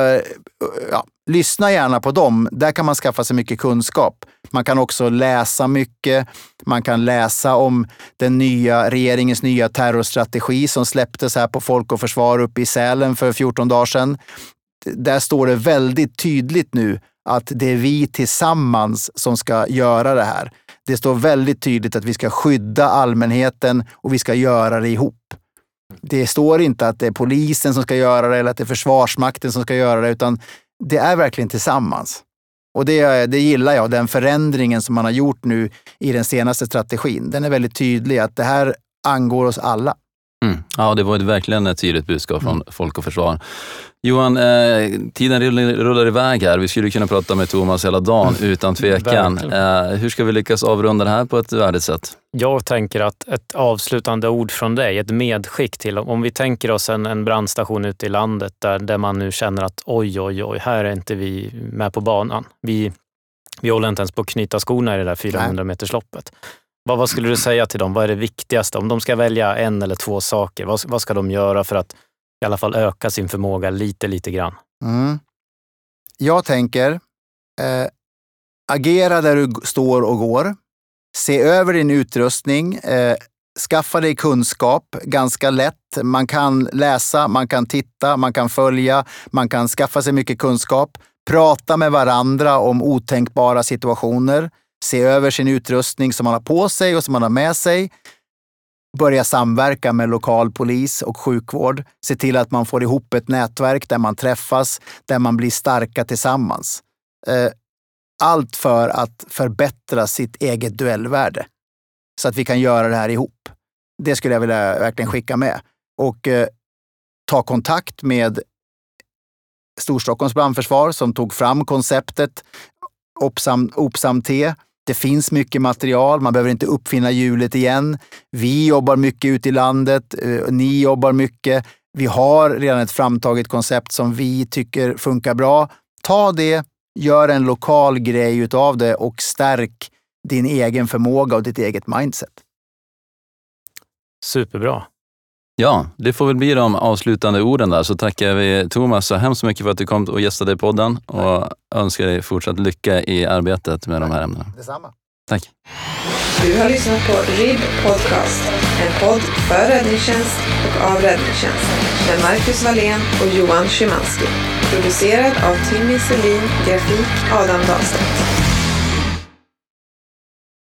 lyssna gärna på dem. Där kan man skaffa sig mycket kunskap. Man kan också läsa mycket. Man kan läsa om regeringens nya terrorstrategi som släpptes här på Folk och Försvar uppe i Sälen för 14 dagar sedan. Där står det väldigt tydligt nu att det är vi tillsammans som ska göra det här. Det står väldigt tydligt att vi ska skydda allmänheten och vi ska göra det ihop. Det står inte att det är polisen som ska göra det eller att det är försvarsmakten som ska göra det, utan det är verkligen tillsammans. Och det gillar jag, den förändringen som man har gjort nu i den senaste strategin. Den är väldigt tydlig att det här angår oss alla. Ja, det var verkligen ett tydligt budskap från Folk och Försvar. Johan, tiden rullar iväg här. Vi skulle kunna prata med Thomas hela dagen utan tvekan. Hur ska vi lyckas avrunda det här på ett värdigt sätt? Jag tänker att ett avslutande ord från dig, ett medskick till, om vi tänker oss en brandstation ute i landet där man nu känner att oj, här är inte vi med på banan. Vi håller inte ens på att knyta skorna i det där 400 metersloppet. Vad skulle du säga till dem? Vad är det viktigaste? Om de ska välja en eller två saker, vad ska de göra för att i alla fall öka sin förmåga lite grann? Jag tänker, agera där du står och går. Se över din utrustning. skaffa dig kunskap ganska lätt. Man kan läsa, man kan titta, man kan följa, man kan skaffa sig mycket kunskap. Prata med varandra om otänkbara situationer. Se över sin utrustning som man har på sig och som man har med sig. Börja samverka med lokal polis och sjukvård. Se till att man får ihop ett nätverk där man träffas, där man blir starka tillsammans. Allt för att förbättra sitt eget duellvärde. Så att vi kan göra det här ihop. Det skulle jag vilja verkligen skicka med. Och ta kontakt med Storstockholms brandförsvar som tog fram konceptet OPSAM-T. Det finns mycket material, man behöver inte uppfinna hjulet igen. Vi jobbar mycket ute i landet, ni jobbar mycket. Vi har redan ett framtaget koncept som vi tycker funkar bra. Ta det, gör en lokal grej utav det och stärk din egen förmåga och ditt eget mindset. Superbra. Ja, det får väl bli de avslutande orden där. Så tackar vi Thomas så hemskt mycket för att du kom och gästade i podden och önskar dig fortsatt lycka i arbetet med de här ämnena. Detsamma. Tack. Du har lyssnat på RIB Podcast, en podd för räddningstjänst och av räddningstjänst med Marcus Wallén och Johan Szymanski. Producerad av Timmy Selin, grafik Adam Dahlstedt.